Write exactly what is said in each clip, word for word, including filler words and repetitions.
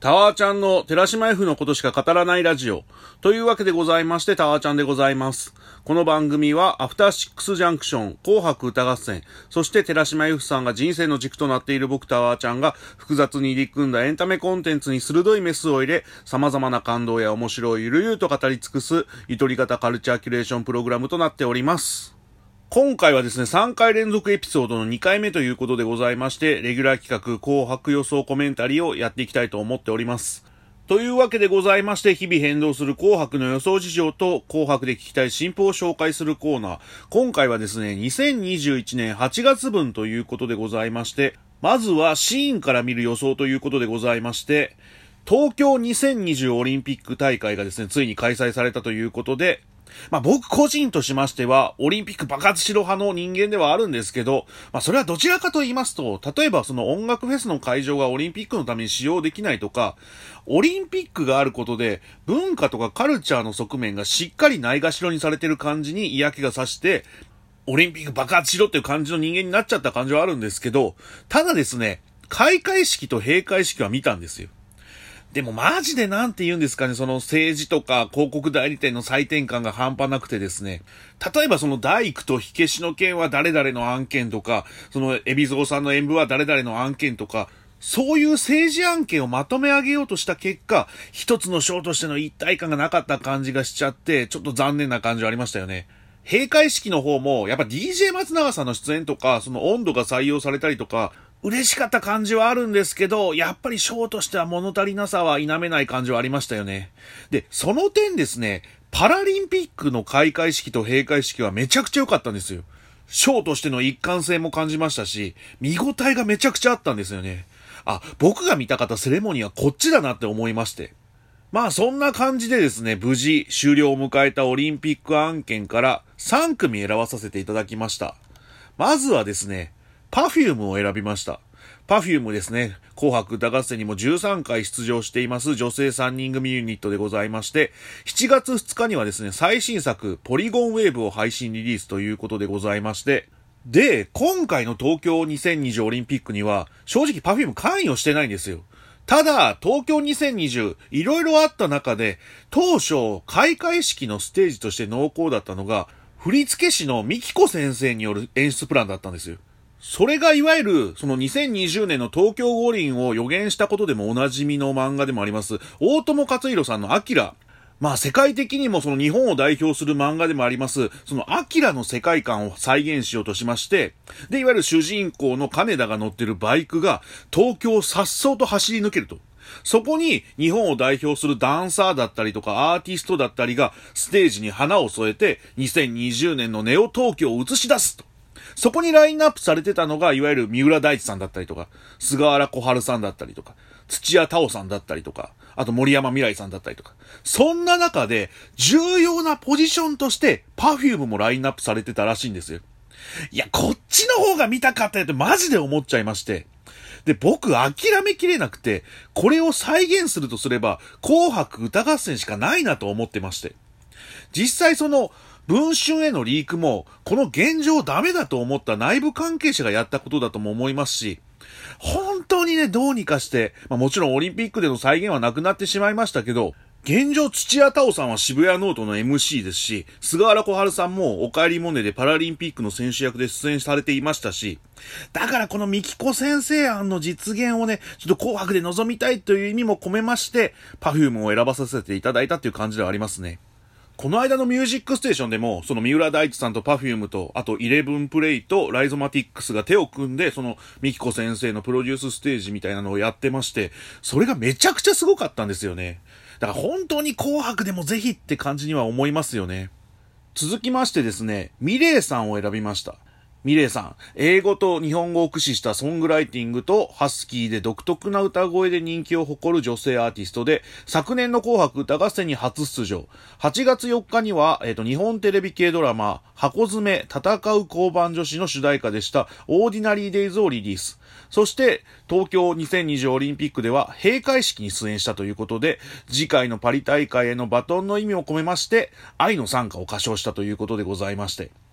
タワーちゃんの寺島 F のことしか語らないラジオというわけでございまして、タワーちゃんでございます。この番組はアフターシックスジャンクション、紅白歌合戦、そして寺島 F さんが人生の軸となっている僕タワーちゃんが複雑に入り組んだエンタメコンテンツに鋭いメスを入れ、様々な感動や面白いゆるゆると語り尽くすゆとり型カルチャーキュレーションプログラムとなっております。今回はですね、さんかい連続エピソードのにかいめということでございまして、レギュラー企画紅白予想コメンタリーをやっていきたいと思っております。というわけでございまして、日々変動する紅白の予想事情と紅白で聞きたい新譜を紹介するコーナー。今回はですね、にせんにじゅういちねんはちがつぶんということでございまして、まずはシーンから見る予想ということでございまして、東京にせんにじゅうオリンピック大会がですね、ついに開催されたということで、まあ僕個人としましては、オリンピック爆発しろ派の人間ではあるんですけど、まあそれはどちらかと言いますと、例えばその音楽フェスの会場がオリンピックのために使用できないとか、オリンピックがあることで、文化とかカルチャーの側面がしっかりないがしろにされてる感じに嫌気がさして、オリンピック爆発しろっていう感じの人間になっちゃった感じはあるんですけど、ただですね、開会式と閉会式は見たんですよ。でもマジでなんて言うんですかね、その政治とか広告代理店の再転換が半端なくてですね、例えばその大工と火消しの件は誰々の案件とか、その海老蔵さんの演舞は誰々の案件とか、そういう政治案件をまとめ上げようとした結果、一つの章としての一体感がなかった感じがしちゃって、ちょっと残念な感じはありましたよね。閉会式の方も、やっぱ ディージェー 松永さんの出演とか、その温度が採用されたりとか、嬉しかった感じはあるんですけど、やっぱりショーとしては物足りなさは否めない感じはありましたよね。で、その点ですね、パラリンピックの開会式と閉会式はめちゃくちゃ良かったんですよ。ショーとしての一貫性も感じましたし、見応えがめちゃくちゃあったんですよね。あ、僕が見たかったセレモニーはこっちだなって思いまして。まあそんな感じでですね、無事終了を迎えたオリンピック案件からさんくみ選ばさせていただきました。まずはですね、Perfume を選びました。Perfume ですね、紅白歌合戦にもじゅうさんかい出場しています女性さんにん組ユニットでございまして、しちがつふつかにはですね、最新作ポリゴンウェーブを配信リリースということでございまして、で、今回の東京にせんにじゅうオリンピックには正直 Perfume 関与してないんですよ。ただ、東京にせんにじゅう、いろいろあった中で、当初、開会式のステージとして濃厚だったのが、振付師のミキコ先生による演出プランだったんですよ。それがいわゆる、そのにせんにじゅうねんの東京五輪を予言したことでもおなじみの漫画でもあります、大友克洋さんのアキラ。まあ世界的にもその日本を代表する漫画でもあります、そのアキラの世界観を再現しようとしまして、で、いわゆる主人公の金田が乗ってるバイクが東京を颯爽と走り抜けると。そこに日本を代表するダンサーだったりとかアーティストだったりがステージに花を添えてにせんにじゅうねんのネオ東京を映し出すと。そこにラインナップされてたのがいわゆる三浦大知さんだったりとか、菅原小春さんだったりとか、土屋太鳳さんだったりとか、あと森山未來さんだったりとか。そんな中で重要なポジションとして Perfume もラインナップされてたらしいんですよ。いや、こっちの方が見たかったよってマジで思っちゃいまして。で、僕諦めきれなくて、これを再現するとすれば紅白歌合戦しかないなと思ってまして。実際その文春へのリークも、この現状ダメだと思った内部関係者がやったことだとも思いますし、本当にね、どうにかして、まあもちろんオリンピックでの再現はなくなってしまいましたけど、現状土屋太鳳さんは渋谷ノートの エムシー ですし、菅原小春さんもおかえりモネでパラリンピックの選手役で出演されていましたし、だからこのミキコ先生案の実現をね、ちょっと紅白で臨みたいという意味も込めまして、Perfume を選ばさせていただいたという感じではありますね。この間のミュージックステーションでも、その三浦大知さんと Perfume と、あとイレブンプレイとライゾマティックスが手を組んで、そのミキコ先生のプロデュースステージみたいなのをやってまして、それがめちゃくちゃすごかったんですよね。だから本当に紅白でもぜひって感じには思いますよね。続きましてですね、ミレイさんを選びました。ミレイさん、英語と日本語を駆使したソングライティングとハスキーで独特な歌声で人気を誇る女性アーティストで、昨年の紅白歌合戦に初出場。はちがつよっかには、えっと、日本テレビ系ドラマ、箱詰め、戦う交番女子の主題歌でした、オーディナリーデイズをリリース。そして、東京にせんにじゅうオリンピックでは、閉会式に出演したということで、次回のパリ大会へのバトンの意味を込めまして、愛の賛歌を歌唱したということでございまして、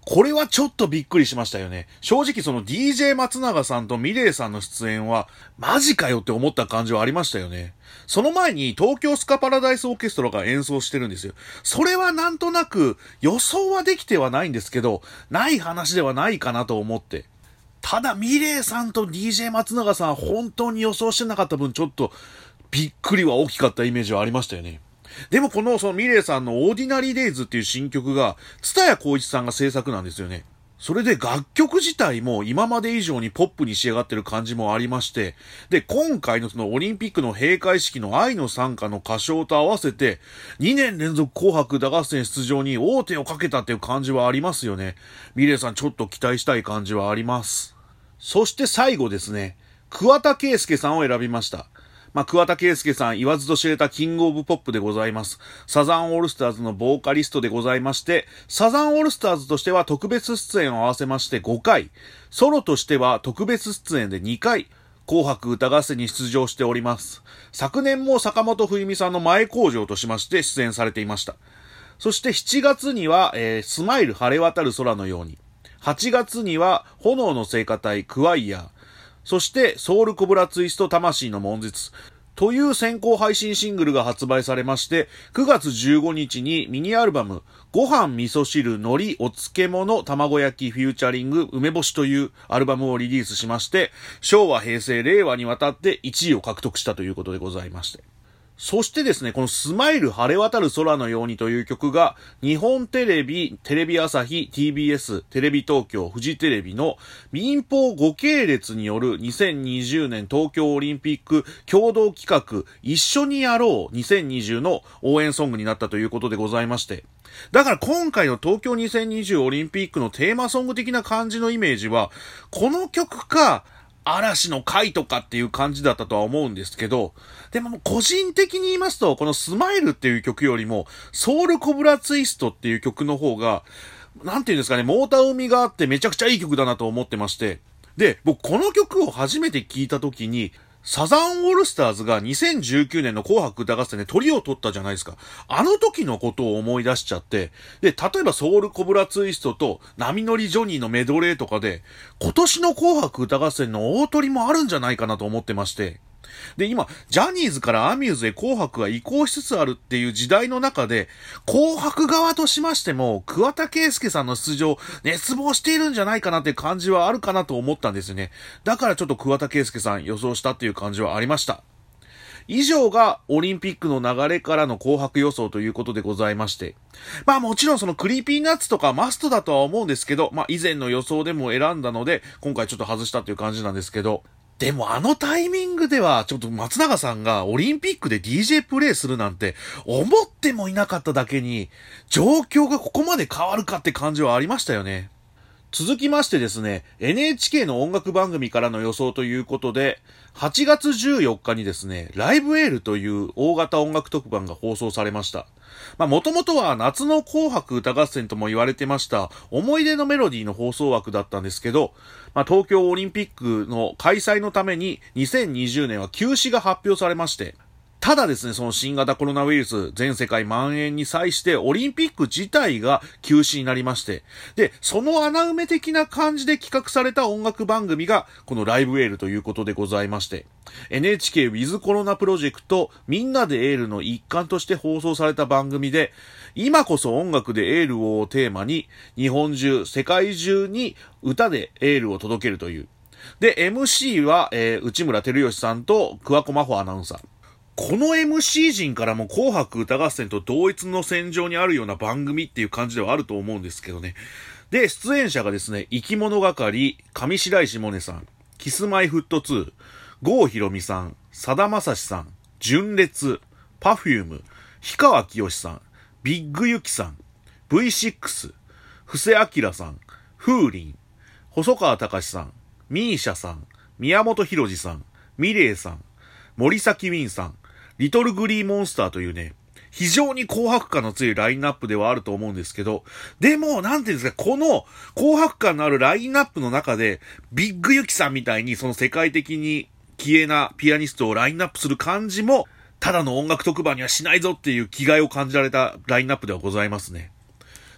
これはちょっとびっくりしましたよね。正直その ディージェー 松永さんとミレイさんの出演は、マジかよって思った感じはありましたよね。その前に東京スカパラダイスオーケストラが演奏してるんですよ。それはなんとなく予想はできてはないんですけど、ない話ではないかなと思って。ただミレイさんと ディージェー 松永さん本当に予想してなかった分ちょっとびっくりは大きかったイメージはありましたよね。でもこのそのミレイさんのオーディナリーデイズっていう新曲が蔦谷好一さんが制作なんですよね。それで楽曲自体も今まで以上にポップに仕上がってる感じもありまして、で、今回のそのオリンピックの閉会式の愛の賛歌の歌唱と合わせて、にねん連続紅白歌合戦出場に王手をかけたっていう感じはありますよね。ミレイさんちょっと期待したい感じはあります。そして最後ですね、桑田佳祐さんを選びました。まあ、桑田佳祐さん言わずと知れたキングオブポップでございます。サザンオールスターズのボーカリストでございまして、サザンオールスターズとしては特別出演を合わせましてごかい、ソロとしては特別出演でにかい、紅白歌合戦に出場しております。昨年も坂本冬美さんの前工場としまして出演されていました。そしてしちがつには、えー、スマイル晴れ渡る空のように、はちがつには炎の聖歌隊クワイヤー、そしてソウルコブラツイスト魂の悶絶という先行配信シングルが発売されまして、くがつじゅうごにちにミニアルバムご飯味噌汁海苔お漬物卵焼きフューチャリング梅干しというアルバムをリリースしまして、昭和平成令和にわたっていちいを獲得したということでございまして、そしてですね、このスマイル晴れ渡る空のようにという曲が日本テレビ、テレビ朝日、ティービーエス、テレビ東京、フジテレビの民放ご系列によるにせんにじゅうねん東京オリンピック共同企画一緒にやろうにせんにじゅうの応援ソングになったということでございまして、だから今回の東京にせんにじゅうオリンピックのテーマソング的な感じのイメージはこの曲か嵐の回とかっていう感じだったとは思うんですけど、でも個人的に言いますと、このスマイルっていう曲よりも、ソウルコブラツイストっていう曲の方が、なんていうんですかね、モーター海があってめちゃくちゃいい曲だなと思ってまして、で、僕この曲を初めて聴いた時に、サザンオールスターズがにせんじゅうきゅうねんの紅白歌合戦でトリを取ったじゃないですか。あの時のことを思い出しちゃって、で、例えばソウルコブラツイストと波乗りジョニーのメドレーとかで、今年の紅白歌合戦の大トリもあるんじゃないかなと思ってまして、で、今、ジャニーズからアミューズへ紅白が移行しつつあるっていう時代の中で、紅白側としましても、桑田佳祐さんの出場、熱望しているんじゃないかなっていう感じはあるかなと思ったんですよね。だからちょっと桑田佳祐さん予想したっていう感じはありました。以上がオリンピックの流れからの紅白予想ということでございまして。まあもちろんそのクリーピーナッツとかマストだとは思うんですけど、まあ以前の予想でも選んだので、今回ちょっと外したっていう感じなんですけど、でもあのタイミングではちょっと松永さんがオリンピックで ディージェー プレイするなんて思ってもいなかっただけに状況がここまで変わるかって感じはありましたよね。続きましてですね、エヌエイチケー の音楽番組からの予想ということで、はちがつじゅうよっかにですね、ライブエールという大型音楽特番が放送されました。まあもともとは夏の紅白歌合戦とも言われてました思い出のメロディーの放送枠だったんですけど、まあ東京オリンピックの開催のためににせんにじゅうねんは休止が発表されまして、ただですね、その新型コロナウイルス全世界蔓延に際してオリンピック自体が休止になりまして、で、その穴埋め的な感じで企画された音楽番組がこのライブエールということでございまして、エヌエイチケー ウィズ コロナプロジェクトみんなでエールの一環として放送された番組で、今こそ音楽でエールをテーマに日本中、世界中に歌でエールを届けるという。で、エムシー は、えー、内村照義さんと桑子真帆アナウンサー。この エムシー 陣からも紅白歌合戦と同一の戦場にあるような番組っていう感じではあると思うんですけどね。で、出演者がですね、生き物係、上白石萌音さん、キスマイフットツー、郷ひろみさん、さだまさしさん、純烈、パフューム、氷川きよしさん、ビッグユキさん、ブイシックス、布施明さん、風鈴、細川隆さん、ミーシャさん、宮本浩次さん、ミレイさん、森崎ウィンさん、リトルグリーモンスターというね、非常に紅白感の強いラインナップではあると思うんですけど、でも、なんていうんですか、この紅白感のあるラインナップの中で、ビッグユキさんみたいにその世界的に綺麗なピアニストをラインナップする感じも、ただの音楽特番にはしないぞっていう気概を感じられたラインナップではございますね。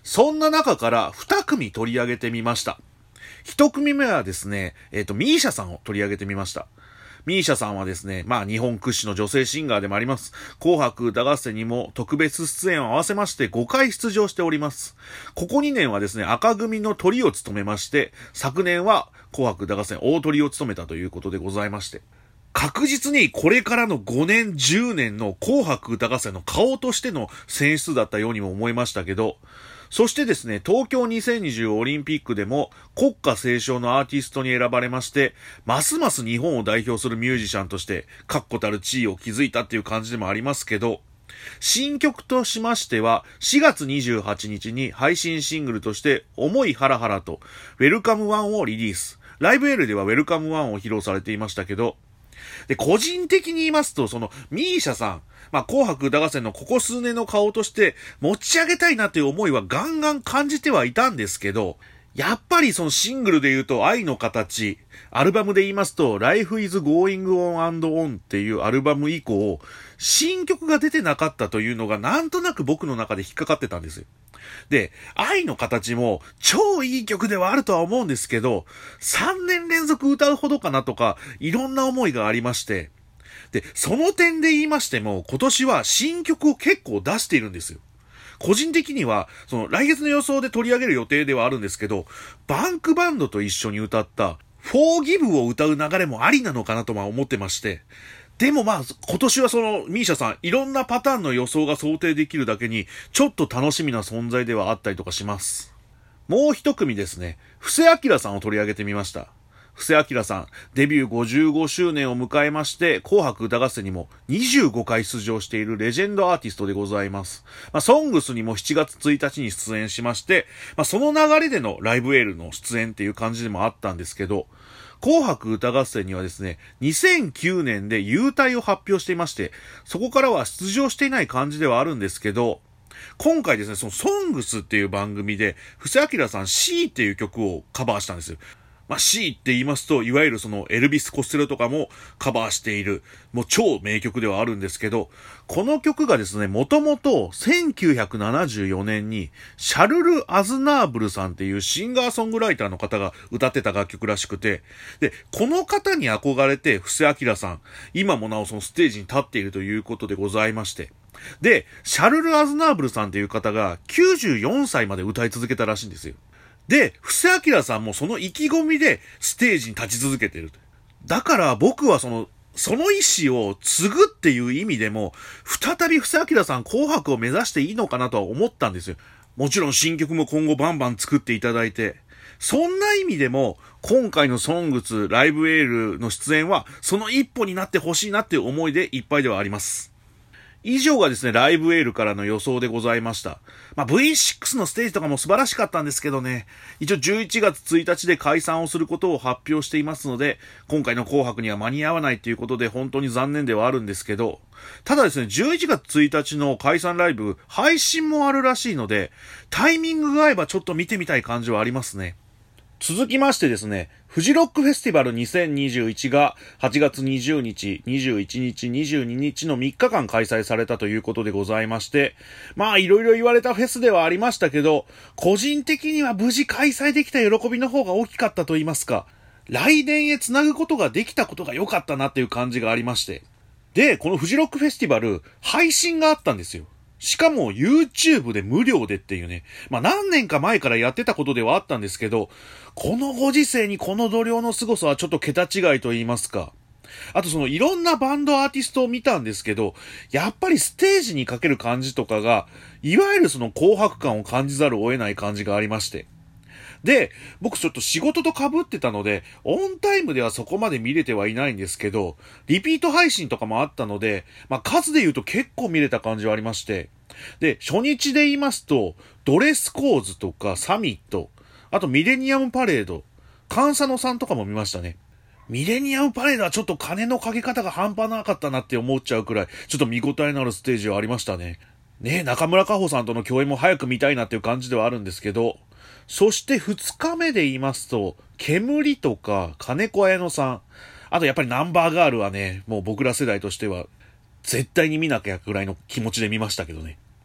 そんな中からに組取り上げてみました。いち組目はですね、えっと、ミーシャさんを取り上げてみました。ミーシャさんはですね、まあ日本屈指の女性シンガーでもあります。紅白歌合戦にも特別出演を合わせましてごかい出場しております。ここにねんはですね、赤組のトリを務めまして、昨年は紅白歌合戦大トリを務めたということでございまして、確実にこれからのごねん、じゅうねんの紅白歌合戦の顔としての選出だったようにも思いましたけど、そしてですね、東京にせんにじゅうオリンピックでも国歌斉唱のアーティストに選ばれまして、ますます日本を代表するミュージシャンとして確固たる地位を築いたっていう感じでもありますけど、新曲としましてはしがつにじゅうはちにちに配信シングルとして思いハラハラとウェルカムワンをリリース。ライブエールではウェルカムワンを披露されていましたけど、で、個人的に言いますと、その、ミーシャさん、まあ、紅白歌合戦のここ数年の顔として持ち上げたいなという思いはガンガン感じてはいたんですけど、やっぱりそのシングルで言うと愛の形、アルバムで言いますと Life is Going On and On っていうアルバム以降、新曲が出てなかったというのがなんとなく僕の中で引っかかってたんですよ。で、愛の形も超いい曲ではあるとは思うんですけど、さんねん連続歌うほどかなとか、いろんな思いがありまして、で、その点で言いましても、今年は新曲を結構出しているんですよ。個人的には、その来月の予想で取り上げる予定ではあるんですけど、バンクバンドと一緒に歌った、Forgive を歌う流れもありなのかなとまあ思ってまして、でもまあ、今年はその、ミーシャさん、いろんなパターンの予想が想定できるだけに、ちょっと楽しみな存在ではあったりとかします。もう一組ですね、布施明さんを取り上げてみました。布施明さん、デビューごじゅうごしゅうねんを迎えまして、紅白歌合戦にもにじゅうごかい出場しているレジェンドアーティストでございます。まあ、ソングスにもしちがつついたちに出演しまして、まあ、その流れでのライブエールの出演っていう感じでもあったんですけど、紅白歌合戦にはですね、にせんきゅうねんで勇退を発表していまして、そこからは出場していない感じではあるんですけど、今回ですね、そのソングスっていう番組で、布施明さん C っていう曲をカバーしたんですよ。まあ、C って言いますと、いわゆるそのエルビス・コステロとかもカバーしている、もう超名曲ではあるんですけど、この曲がですね、もともとせんきゅうひゃくななじゅうよねんにシャルル・アズナーブルさんっていうシンガーソングライターの方が歌ってた楽曲らしくて、で、この方に憧れて布施明さん、今もなおそのステージに立っているということでございまして、で、シャルル・アズナーブルさんっていう方がきゅうじゅうよんさいまで歌い続けたらしいんですよ。で、布施明さんもその意気込みでステージに立ち続けている。だから僕はその、その意思を継ぐっていう意味でも、再び布施明さん紅白を目指していいのかなとは思ったんですよ。もちろん新曲も今後バンバン作っていただいて、そんな意味でも、今回のソングスライブエールの出演は、その一歩になってほしいなっていう思いでいっぱいではあります。以上がですね、ライブエールからの予想でございました。まあ、ブイシックス のステージとかも素晴らしかったんですけどね、一応じゅういちがつついたちで解散をすることを発表していますので、今回の紅白には間に合わないということで本当に残念ではあるんですけど、ただですね、じゅういちがつついたちの解散ライブ、配信もあるらしいので、タイミングが合えばちょっと見てみたい感じはありますね。続きましてですね、フジロックフェスティバルにせんにじゅういちがはちがつにじゅうにち、にじゅういちにち、にじゅうににちのみっかかん開催されたということでございまして、まあいろいろ言われたフェスではありましたけど、個人的には無事開催できた喜びの方が大きかったと言いますか、来年へつなぐことができたことが良かったなっていう感じがありまして。で、このフジロックフェスティバル、配信があったんですよ。しかも YouTube で無料でっていうね。まあ何年か前からやってたことではあったんですけど、このご時世にこの度量の凄さはちょっと桁違いと言いますか。あとそのいろんなバンドアーティストを見たんですけど、やっぱりステージにかける感じとかが、いわゆるその紅白感を感じざるを得ない感じがありまして。で、僕ちょっと仕事と被ってたので、オンタイムではそこまで見れてはいないんですけど、リピート配信とかもあったので、まあ数で言うと結構見れた感じはありまして、で、初日で言いますと、ドレスコーズとかサミット、あとミレニアムパレード、カンサノさんとかも見ましたね。ミレニアムパレードはちょっと金のかけ方が半端なかったなって思っちゃうくらい、ちょっと見応えのあるステージはありましたね。ねえ、中村佳穂さんとの共演も早く見たいなっていう感じではあるんですけど、そしてふつかめで言いますと、煙とか金子綾乃さん、あとやっぱりナンバーガールはね、もう僕ら世代としては絶対に見なきゃくらいの気持ちで見ましたけどね。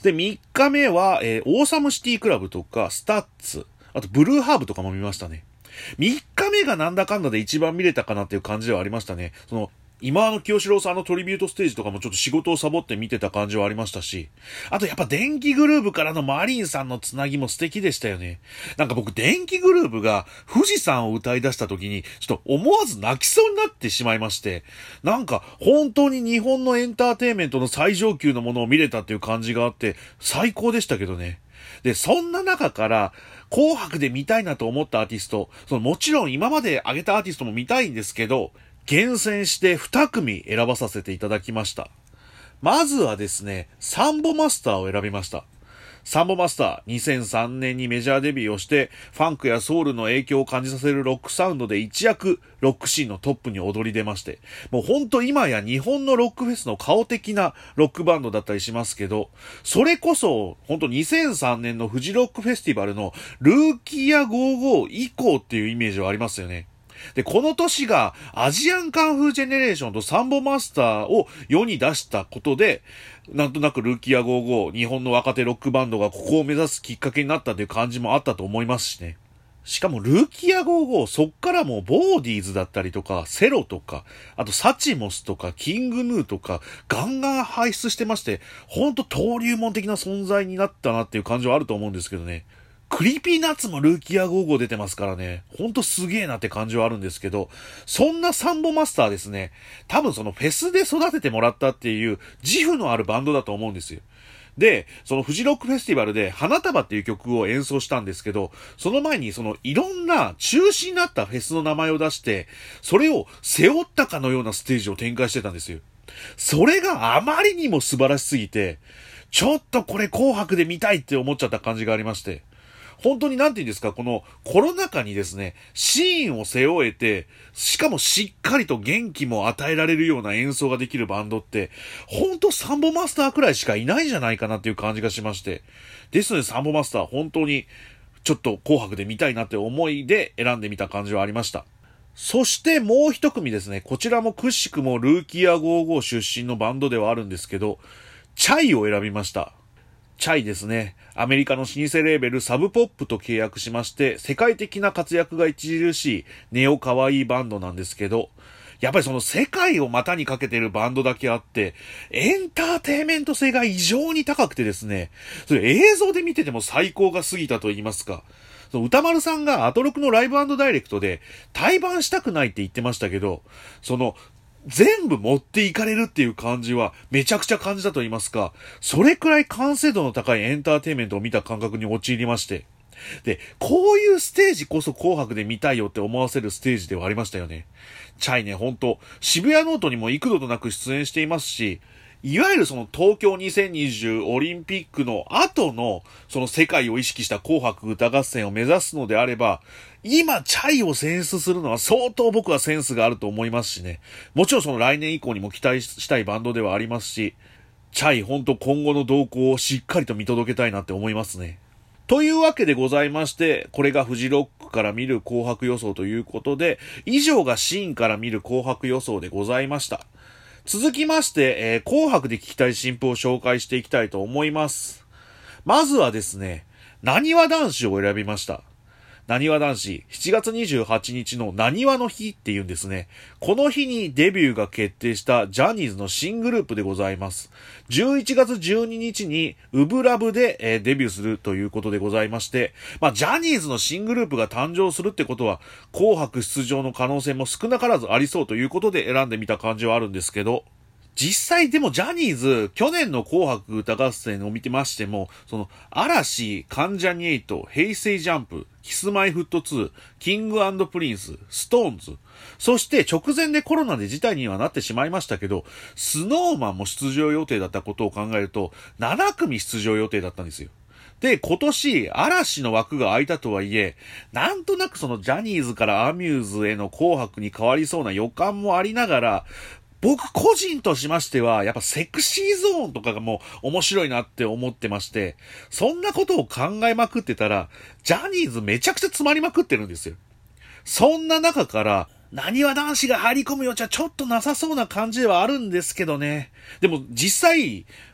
で、みっかめは、えー、オーサムシティクラブとか、スタッツ、あとブルーハーブとかも見ましたね。みっかめがなんだかんだで一番見れたかなっていう感じではありましたね。その、今の清志郎さんのトリビュートステージとかもちょっと仕事をサボって見てた感じはありましたし、あとやっぱ電気グルーヴからのマリンさんのつなぎも素敵でしたよね。なんか僕電気グルーヴが富士山を歌い出した時にちょっと思わず泣きそうになってしまいまして、なんか本当に日本のエンターテインメントの最上級のものを見れたっていう感じがあって最高でしたけどね。で、そんな中から紅白で見たいなと思ったアーティスト、そのもちろん今まで挙げたアーティストも見たいんですけど、厳選してに組選ばさせていただきました。まずはですね、サンボマスターを選びました。サンボマスター、にせんさんねんにメジャーデビューをして、ファンクやソウルの影響を感じさせるロックサウンドで一躍、ロックシーンのトップに躍り出まして、もうほんと今や日本のロックフェスの顔的なロックバンドだったりしますけど、それこそ、ほんとにせんさんねんのフジロックフェスティバルのルーキーやゴーゴー以降っていうイメージはありますよね。で、この年がアジアンカンフージェネレーションとサンボマスターを世に出したことで、なんとなくルーキーやゴーゴー、日本の若手ロックバンドがここを目指すきっかけになったという感じもあったと思いますしね。しかもルーキーやゴーゴー、そっからもうボーディーズだったりとか、セロとか、あとサチモスとか、キングヌーとか、ガンガン輩出してまして、ほんと登竜門的な存在になったなっていう感じはあると思うんですけどね。クリーピーナッツもルーキーやゴーゴー出てますからね、ほんとすげえなって感じはあるんですけど、そんなサンボマスターですね、多分そのフェスで育ててもらったっていう自負のあるバンドだと思うんですよ。で、そのフジロックフェスティバルで花束っていう曲を演奏したんですけど、その前にそのいろんな中止になったフェスの名前を出して、それを背負ったかのようなステージを展開してたんですよ。それがあまりにも素晴らしすぎて、ちょっとこれ紅白で見たいって思っちゃった感じがありまして、本当になんて言うんですか、このコロナ禍にですね、シーンを背負えて、しかもしっかりと元気も与えられるような演奏ができるバンドって、本当サンボマスターくらいしかいないんじゃないかなっていう感じがしまして。ですのでサンボマスター本当にちょっと紅白で見たいなって思いで選んでみた感じはありました。そしてもう一組ですね、こちらもくしくもルーキーやゴーゴー出身のバンドではあるんですけど、チャイを選びました。チャイですね。アメリカの老舗レーベルサブポップと契約しまして、世界的な活躍が著しいネオカワイイバンドなんですけど、やっぱりその世界を股にかけてるバンドだけあって、エンターテイメント性が異常に高くてですね、それ映像で見てても最高が過ぎたと言いますか、その歌丸さんがアトロクのライブ&ダイレクトで対バンしたくないって言ってましたけど、その全部持っていかれるっていう感じはめちゃくちゃ感じたと言いますか、それくらい完成度の高いエンターテインメントを見た感覚に陥りまして、で、こういうステージこそ紅白で見たいよって思わせるステージではありましたよね。チャイね、ほんと渋谷ノートにも幾度となく出演していますし、いわゆるその東京にせんにじゅうオリンピックの後のその世界を意識した紅白歌合戦を目指すのであれば、今チャイを選出するのは相当僕はセンスがあると思いますしね。もちろんその来年以降にも期待したいバンドではありますし、チャイほんと今後の動向をしっかりと見届けたいなって思いますね。というわけでございまして、これがフジロックから見る紅白予想ということで、以上がシーンから見る紅白予想でございました。続きまして、えー、紅白で聞きたい新譜を紹介していきたいと思います。まずはですね、なにわ男子を選びました。なにわ男子、しちがつにじゅうはちにちのなにわの日っていうんですね。この日にデビューが決定したジャニーズの新グループでございます。じゅういちがつじゅうににちにウブラブで、えー、デビューするということでございまして、まあジャニーズの新グループが誕生するってことは、紅白出場の可能性も少なからずありそうということで選んでみた感じはあるんですけど、実際でもジャニーズ、去年の紅白歌合戦を見てましても、その、嵐、関ジャニエイト、平成ジャンプ、キスマイフットツー、キング&プリンス、ストーンズ、そして直前でコロナで辞退にはなってしまいましたけど、スノーマンも出場予定だったことを考えると、ななくみ出場予定だったんですよ。で、今年、嵐の枠が空いたとはいえ、なんとなくそのジャニーズからアミューズへの紅白に変わりそうな予感もありながら、僕個人としましては、やっぱセクシーゾーンとかがもう面白いなって思ってまして、そんなことを考えまくってたら、ジャニーズめちゃくちゃ詰まりまくってるんですよ。そんな中から、なにわ男子が入り込む余地はちょっとなさそうな感じではあるんですけどね。でも実際、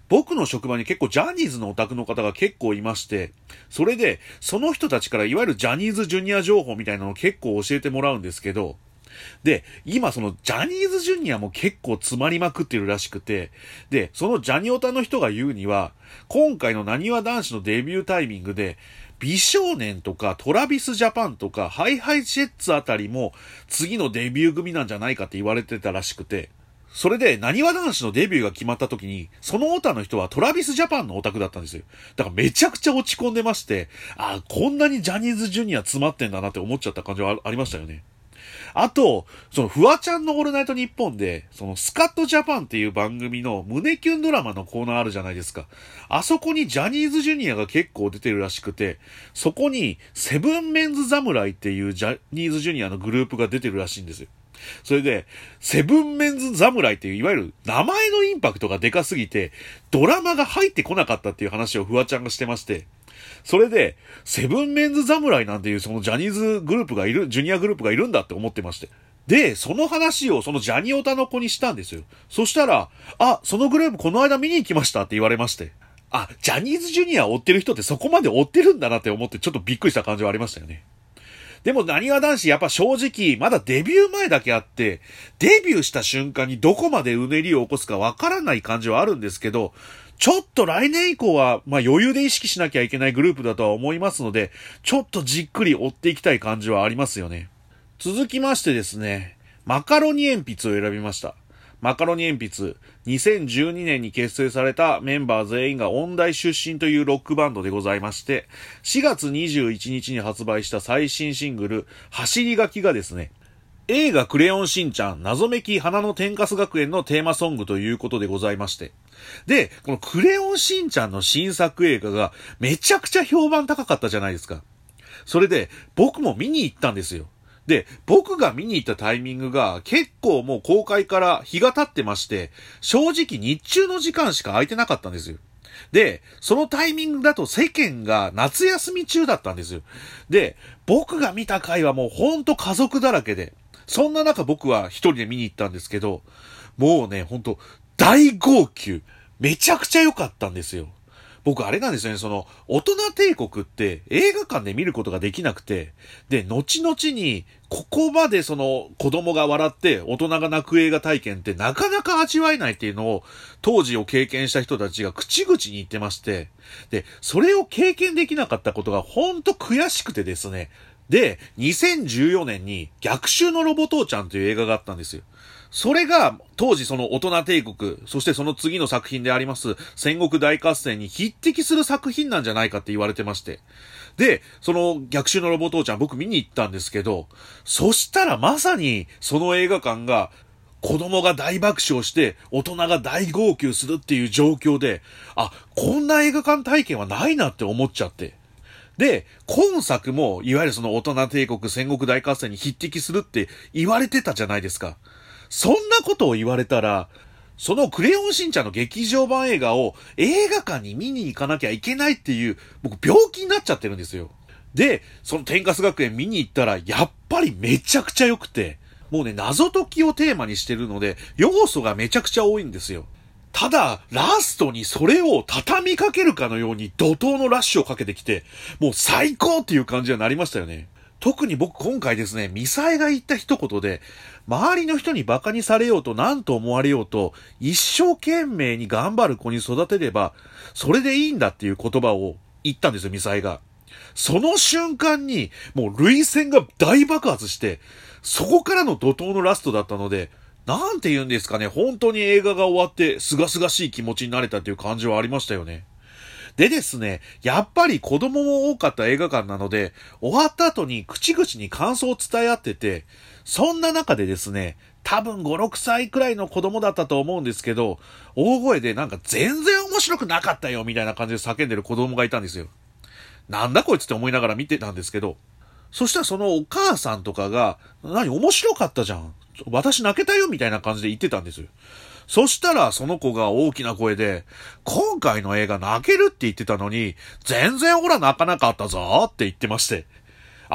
僕の職場に結構ジャニーズのオタクの方が結構いまして、それで、その人たちからいわゆるジャニーズジュニア情報みたいなのを結構教えてもらうんですけど、で、今そのジャニーズジュニアも結構詰まりまくってるらしくて、で、そのジャニオタの人が言うには、今回のなにわ男子のデビュータイミングで、美少年とかトラビスジャパンとかハイハイジェッツあたりも次のデビュー組なんじゃないかって言われてたらしくて、それで、なにわ男子のデビューが決まった時に、そのオタの人はトラビスジャパンのオタクだったんですよ。だからめちゃくちゃ落ち込んでまして、あ、こんなにジャニーズジュニア詰まってんだなって思っちゃった感じはありましたよね。あと、そのフワちゃんのオールナイトニッポンで、そのスカットジャパンっていう番組の胸キュンドラマのコーナーあるじゃないですか。あそこにジャニーズジュニアが結構出てるらしくて、そこにセブンメンズ侍っていうジャニーズジュニアのグループが出てるらしいんですよ。それで、セブンメンズ侍っていういわゆる名前のインパクトがでかすぎて、ドラマが入ってこなかったっていう話をフワちゃんがしてまして、それで、セブンメンズ侍なんていうそのジャニーズグループがいる、ジュニアグループがいるんだって思ってまして。で、その話をそのジャニオタの子にしたんですよ。そしたら、あ、そのグループこの間見に行きましたって言われまして。あ、ジャニーズジュニアを追ってる人ってそこまで追ってるんだなって思ってちょっとびっくりした感じはありましたよね。でもなにわ男子やっぱ正直まだデビュー前だけあって、デビューした瞬間にどこまでうねりを起こすかわからない感じはあるんですけど、ちょっと来年以降はまあ余裕で意識しなきゃいけないグループだとは思いますので、ちょっとじっくり追っていきたい感じはありますよね。続きましてですね、マカロニ鉛筆を選びました。マカロニ鉛筆、にせんじゅうにねんに結成されたメンバー全員が音大出身というロックバンドでございまして、しがつにじゅういちにちに発売した最新シングル、走り書きがですね、映画クレヨンしんちゃん謎めき花の天かす学園のテーマソングということでございまして。で、このクレヨンしんちゃんの新作映画がめちゃくちゃ評判高かったじゃないですか。それで僕も見に行ったんですよ。で、僕が見に行ったタイミングが結構もう公開から日が経ってまして、正直日中の時間しか空いてなかったんですよ。で、そのタイミングだと世間が夏休み中だったんですよ。で、僕が見た回はもうほんと家族だらけで、そんな中僕は一人で見に行ったんですけど、もうね、ほんと大号泣。めちゃくちゃ良かったんですよ。僕あれなんですよね、その、大人帝国って映画館で見ることができなくて、で、後々に、ここまでその、子供が笑って大人が泣く映画体験ってなかなか味わえないっていうのを、当時を経験した人たちが口々に言ってまして、で、それを経験できなかったことがほんと悔しくてですね、で、にせんじゅうよねんに逆襲のロボ父ちゃんという映画があったんですよ。それが、当時その大人帝国、そしてその次の作品であります戦国大合戦に匹敵する作品なんじゃないかって言われてまして。で、その逆襲のロボ父ちゃん僕見に行ったんですけど、そしたらまさにその映画館が子供が大爆笑して大人が大号泣するっていう状況で、あ、こんな映画館体験はないなって思っちゃって。で、今作もいわゆるその大人帝国戦国大合戦に匹敵するって言われてたじゃないですか。そんなことを言われたら、そのクレヨンしんちゃんの劇場版映画を映画館に見に行かなきゃいけないっていう、僕病気になっちゃってるんですよ。で、その天かす学園見に行ったら、やっぱりめちゃくちゃ良くて、もうね、謎解きをテーマにしてるので、要素がめちゃくちゃ多いんですよ。ただ、ラストにそれを畳みかけるかのように怒涛のラッシュをかけてきて、もう最高っていう感じになりましたよね。特に僕今回ですね、ミサエが言った一言で、周りの人に馬鹿にされようと何と思われようと、一生懸命に頑張る子に育てれば、それでいいんだっていう言葉を言ったんですよ、ミサエが。その瞬間に、もう涙腺が大爆発して、そこからの怒涛のラストだったので、なんて言うんですかね、本当に映画が終わって、すがすがしい気持ちになれたっていう感じはありましたよね。でですね、やっぱり子供も多かった映画館なので、終わった後に口々に感想を伝え合ってて、そんな中でですね、多分ご、ろくさいくらいの子供だったと思うんですけど、大声でなんか全然面白くなかったよみたいな感じで叫んでる子供がいたんですよ。なんだこいつって思いながら見てたんですけど、そしたらそのお母さんとかが、何面白かったじゃん。私泣けたよみたいな感じで言ってたんですよ。そしたらその子が大きな声で、今回の映画泣けるって言ってたのに、全然ほら泣かなかったぞって言ってまして。あ、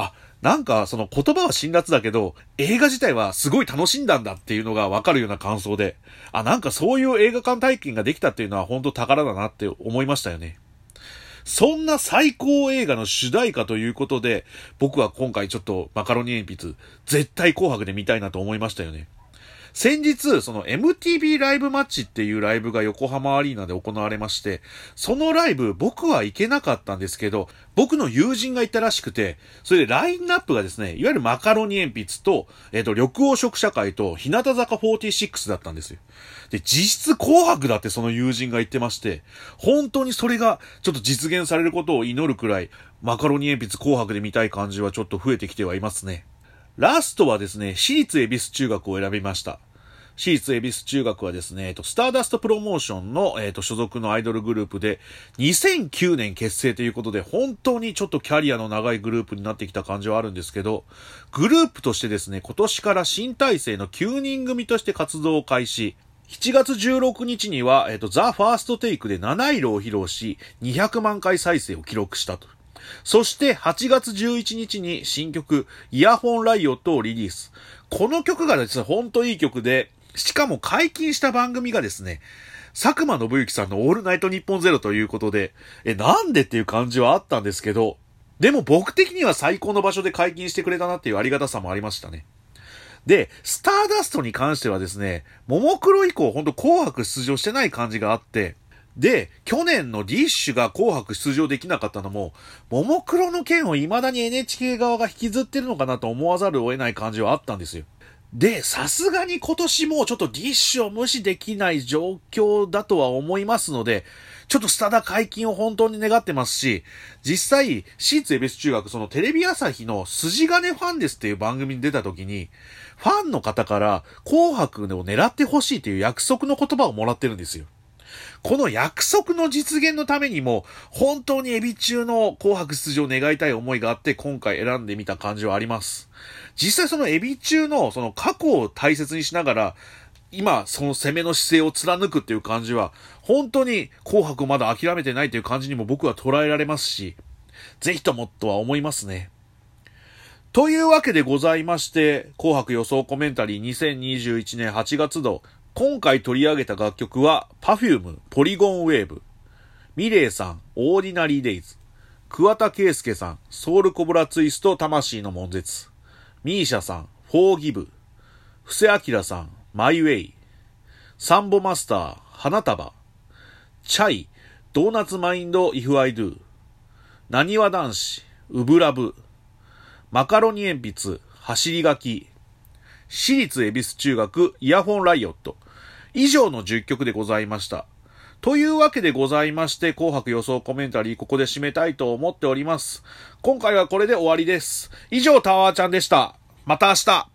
なんかその言葉は辛辣だけど、映画自体はすごい楽しんだんだっていうのがわかるような感想で、あ、なんかそういう映画館体験ができたっていうのは本当宝だなって思いましたよね。そんな最高映画の主題歌ということで、僕は今回ちょっとマカロニ鉛筆、絶対紅白で見たいなと思いましたよね。先日、その エムティービー ライブマッチっていうライブが横浜アリーナで行われまして、そのライブ僕は行けなかったんですけど、僕の友人が行ったらしくて、それでラインナップがですね、いわゆるマカロニ鉛筆と、えっと、緑黄色社会と日向坂フォーティーシックスだったんですよ。で、実質紅白だってその友人が言ってまして、本当にそれがちょっと実現されることを祈るくらい、マカロニ鉛筆紅白で見たい感じはちょっと増えてきてはいますね。ラストはですね、私立恵比寿中学を選びました。私立恵比寿中学はですね、えっと、スターダストプロモーションの、えっと、所属のアイドルグループで、にせんきゅうねん結成ということで、本当にちょっとキャリアの長いグループになってきた感じはあるんですけど、グループとしてですね、今年から新体制のきゅうにん組として活動を開始。しちがつじゅうろくにちには、えっと、ザ・ファーストテイクで七色を披露し、にひゃくまんかい再生を記録したと。そしてはちがつじゅういちにちに新曲イヤホンライオットをリリース。この曲がですね、ほんといい曲で、しかも解禁した番組がですね、佐久間信之さんのオールナイトニッポンゼロということで、え、なんでっていう感じはあったんですけど、でも僕的には最高の場所で解禁してくれたなっていうありがたさもありましたね。で、スターダストに関してはですね、ももクロ以降ほんと紅白出場してない感じがあって、で、去年のディッシュが紅白出場できなかったのも、ももクロの件を未だに エヌエイチケー 側が引きずってるのかなと思わざるを得ない感じはあったんですよ。で、さすがに今年もちょっとディッシュを無視できない状況だとは思いますので、ちょっとスタダ解禁を本当に願ってますし、実際、私立恵比寿中学、そのテレビ朝日の筋金ファンですっていう番組に出た時に、ファンの方から紅白を狙ってほしいという約束の言葉をもらってるんですよ。この約束の実現のためにも、本当にエビ中の紅白出場を願いたい思いがあって、今回選んでみた感じはあります。実際そのエビ中のその過去を大切にしながら、今その攻めの姿勢を貫くっていう感じは、本当に紅白まだ諦めてないという感じにも僕は捉えられますし、ぜひともとは思いますね。というわけでございまして、紅白予想コメンタリーにせんにじゅういちねんはちがつど、今回取り上げた楽曲は、Perfume、ポリゴンウェーブ、ミレイさん、オーディナリーデイズ、桑田佳祐さん、ソウルコブラツイスト、魂の悶絶、ミーシャさん、フォーギブ、布施明さん、マイウェイ、サンボマスター、花束、チャイ、ドーナツマインド、If I Do、なにわ男子、ウブラブ、マカロニ鉛筆、走り書き、私立恵比寿中学、イヤホンライオット、以上のじゅっきょくでございました。というわけでございまして、紅白予想コメンタリーここで締めたいと思っております。今回はこれで終わりです。以上、タワーちゃんでした。また明日。